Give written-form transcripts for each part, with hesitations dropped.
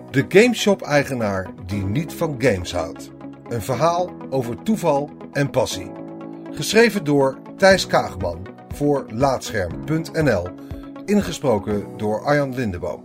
De gameshop-eigenaar die niet van games houdt. Een verhaal over toeval en passie. Geschreven door Thijs Kaagman voor Laatscherm.nl. Ingesproken door Arjan Lindeboom.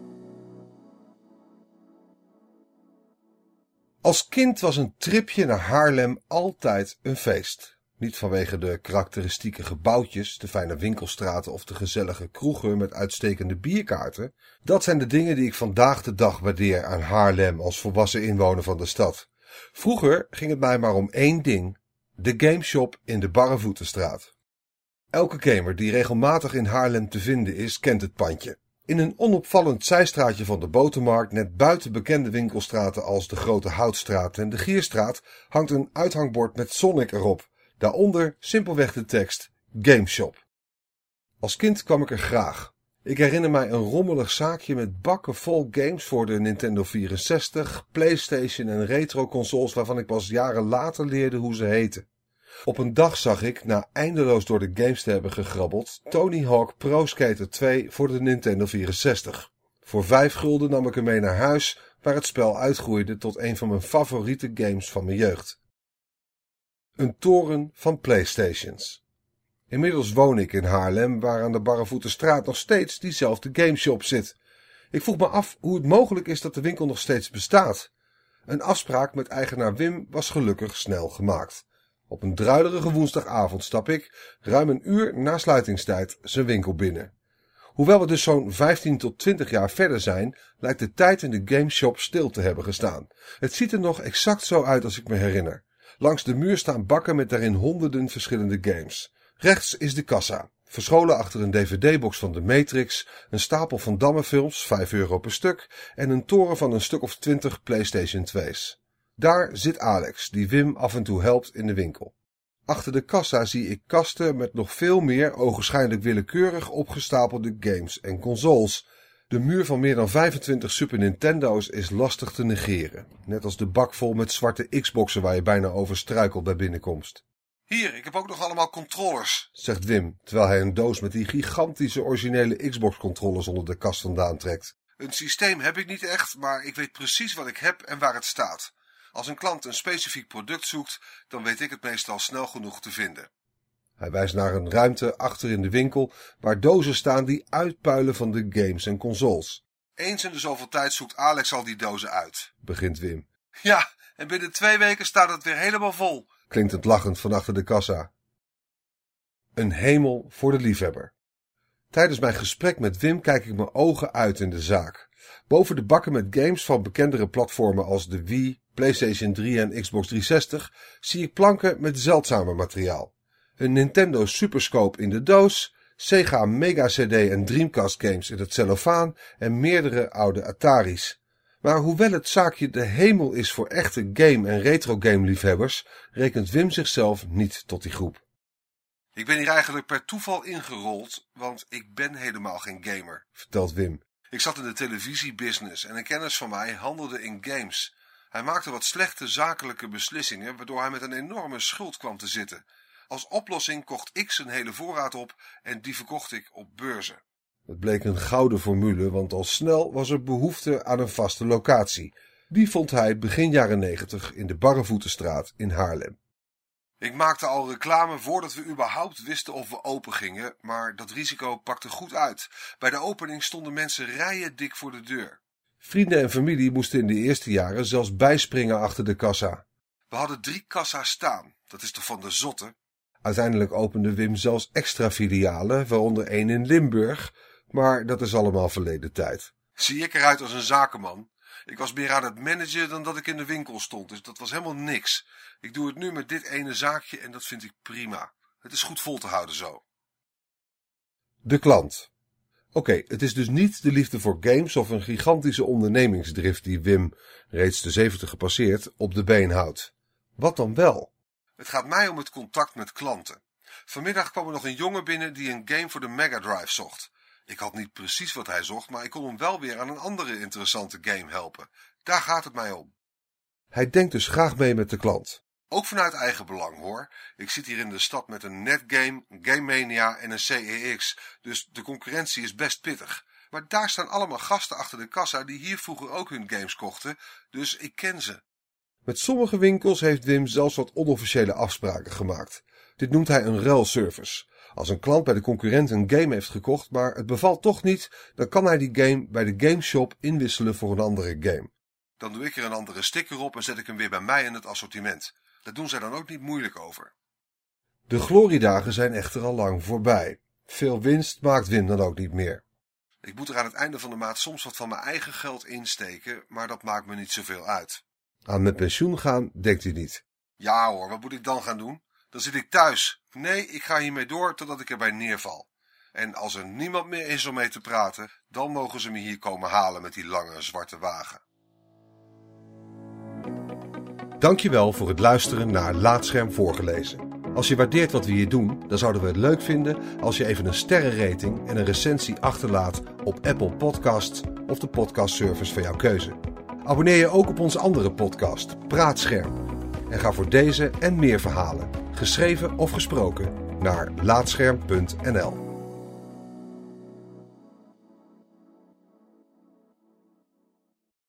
Als kind was een tripje naar Haarlem altijd een feest. Niet vanwege de karakteristieke gebouwtjes, de fijne winkelstraten of de gezellige kroegen met uitstekende bierkaarten. Dat zijn de dingen die ik vandaag de dag waardeer aan Haarlem als volwassen inwoner van de stad. Vroeger ging het mij maar om één ding: de gameshop in de Barrevoetenstraat. Elke gamer die regelmatig in Haarlem te vinden is, kent het pandje. In een onopvallend zijstraatje van de Botermarkt, net buiten bekende winkelstraten als de Grote Houtstraat en de Gierstraat, hangt een uithangbord met Sonic erop. Daaronder simpelweg de tekst Gameshop. Als kind kwam ik er graag. Ik herinner mij een rommelig zaakje met bakken vol games voor de Nintendo 64, PlayStation en retro-consoles waarvan ik pas jaren later leerde hoe ze heten. Op een dag zag ik, na eindeloos door de games te hebben gegrabbeld, Tony Hawk Pro Skater 2 voor de Nintendo 64. Voor 5 gulden nam ik hem mee naar huis, waar het spel uitgroeide tot een van mijn favoriete games van mijn jeugd. Een toren van PlayStations. Inmiddels woon ik in Haarlem, waar aan de Barrevoetenstraat nog steeds diezelfde gameshop zit. Ik vroeg me af hoe het mogelijk is dat de winkel nog steeds bestaat. Een afspraak met eigenaar Wim was gelukkig snel gemaakt. Op een druilerige woensdagavond stap ik, ruim een uur na sluitingstijd, zijn winkel binnen. Hoewel we dus zo'n 15 tot 20 jaar verder zijn, lijkt de tijd in de gameshop stil te hebben gestaan. Het ziet er nog exact zo uit als ik me herinner. Langs de muur staan bakken met daarin honderden verschillende games. Rechts is de kassa, verscholen achter een dvd-box van de Matrix, een stapel van Damme-films, €5 per stuk, en een toren van een stuk of 20 PlayStation 2's. Daar zit Alex, die Wim af en toe helpt in de winkel. Achter de kassa zie ik kasten met nog veel meer ogenschijnlijk willekeurig opgestapelde games en consoles. De muur van meer dan 25 Super Nintendo's is lastig te negeren. Net als de bak vol met zwarte Xboxen waar je bijna over struikelt bij binnenkomst. Hier, ik heb ook nog allemaal controllers, zegt Wim, terwijl hij een doos met die gigantische originele Xbox-controllers onder de kast vandaan trekt. Een systeem heb ik niet echt, maar ik weet precies wat ik heb en waar het staat. Als een klant een specifiek product zoekt, dan weet ik het meestal snel genoeg te vinden. Hij wijst naar een ruimte achter in de winkel waar dozen staan die uitpuilen van de games en consoles. Eens in de zoveel tijd zoekt Alex al die dozen uit, begint Wim. Ja, en binnen 2 weken staat het weer helemaal vol, klinkt het lachend van achter de kassa. Een hemel voor de liefhebber. Tijdens mijn gesprek met Wim kijk ik mijn ogen uit in de zaak. Boven de bakken met games van bekendere platformen als de Wii, PlayStation 3 en Xbox 360 zie ik planken met zeldzamer materiaal. Een Nintendo Superscope in de doos, Sega Mega CD en Dreamcast games in het cellofaan en meerdere oude Atari's. Maar hoewel het zaakje de hemel is voor echte game- en retro-game liefhebbers, rekent Wim zichzelf niet tot die groep. Ik ben hier eigenlijk per toeval ingerold, want ik ben helemaal geen gamer, vertelt Wim. Ik zat in de televisiebusiness en een kennis van mij handelde in games. Hij maakte wat slechte zakelijke beslissingen, waardoor hij met een enorme schuld kwam te zitten. Als oplossing kocht ik zijn hele voorraad op en die verkocht ik op beurzen. Het bleek een gouden formule, want al snel was er behoefte aan een vaste locatie. Die vond hij begin jaren 90 in de Barrevoetenstraat in Haarlem. Ik maakte al reclame voordat we überhaupt wisten of we open gingen, maar dat risico pakte goed uit. Bij de opening stonden mensen rijen dik voor de deur. Vrienden en familie moesten in de eerste jaren zelfs bijspringen achter de kassa. We hadden 3 kassa's staan, dat is toch van de zotte? Uiteindelijk opende Wim zelfs extra filialen, waaronder 1 in Limburg, maar dat is allemaal verleden tijd. Zie ik eruit als een zakenman? Ik was meer aan het managen dan dat ik in de winkel stond, dus dat was helemaal niks. Ik doe het nu met dit ene zaakje en dat vind ik prima. Het is goed vol te houden zo. De klant. Oké, het is dus niet de liefde voor games of een gigantische ondernemingsdrift die Wim, reeds de 70 gepasseerd, op de been houdt. Wat dan wel? Het gaat mij om het contact met klanten. Vanmiddag kwam er nog een jongen binnen die een game voor de Mega Drive zocht. Ik had niet precies wat hij zocht, maar ik kon hem wel weer aan een andere interessante game helpen. Daar gaat het mij om. Hij denkt dus graag mee met de klant. Ook vanuit eigen belang hoor. Ik zit hier in de stad met een Netgame, een Game Mania en een CEX, dus de concurrentie is best pittig. Maar daar staan allemaal gasten achter de kassa die hier vroeger ook hun games kochten, dus ik ken ze. Met sommige winkels heeft Wim zelfs wat onofficiële afspraken gemaakt. Dit noemt hij een ruilservice. Als een klant bij de concurrent een game heeft gekocht, maar het bevalt toch niet, dan kan hij die game bij de gameshop inwisselen voor een andere game. Dan doe ik er een andere sticker op en zet ik hem weer bij mij in het assortiment. Daar doen zij dan ook niet moeilijk over. De gloriedagen zijn echter al lang voorbij. Veel winst maakt Wim dan ook niet meer. Ik moet er aan het einde van de maand soms wat van mijn eigen geld insteken, maar dat maakt me niet zoveel uit. Aan met pensioen gaan denkt hij niet. Ja hoor, wat moet ik dan gaan doen? Dan zit ik thuis. Nee, ik ga hiermee door totdat ik erbij neerval. En als er niemand meer is om mee te praten, dan mogen ze me hier komen halen met die lange zwarte wagen. Dankjewel voor het luisteren naar Laatscherm voorgelezen. Als je waardeert wat we hier doen, dan zouden we het leuk vinden als je even een sterrenrating en een recensie achterlaat op Apple Podcasts of de podcastservice van jouw keuze. Abonneer je ook op onze andere podcast, Praatscherm. En ga voor deze en meer verhalen, geschreven of gesproken, naar laatscherm.nl.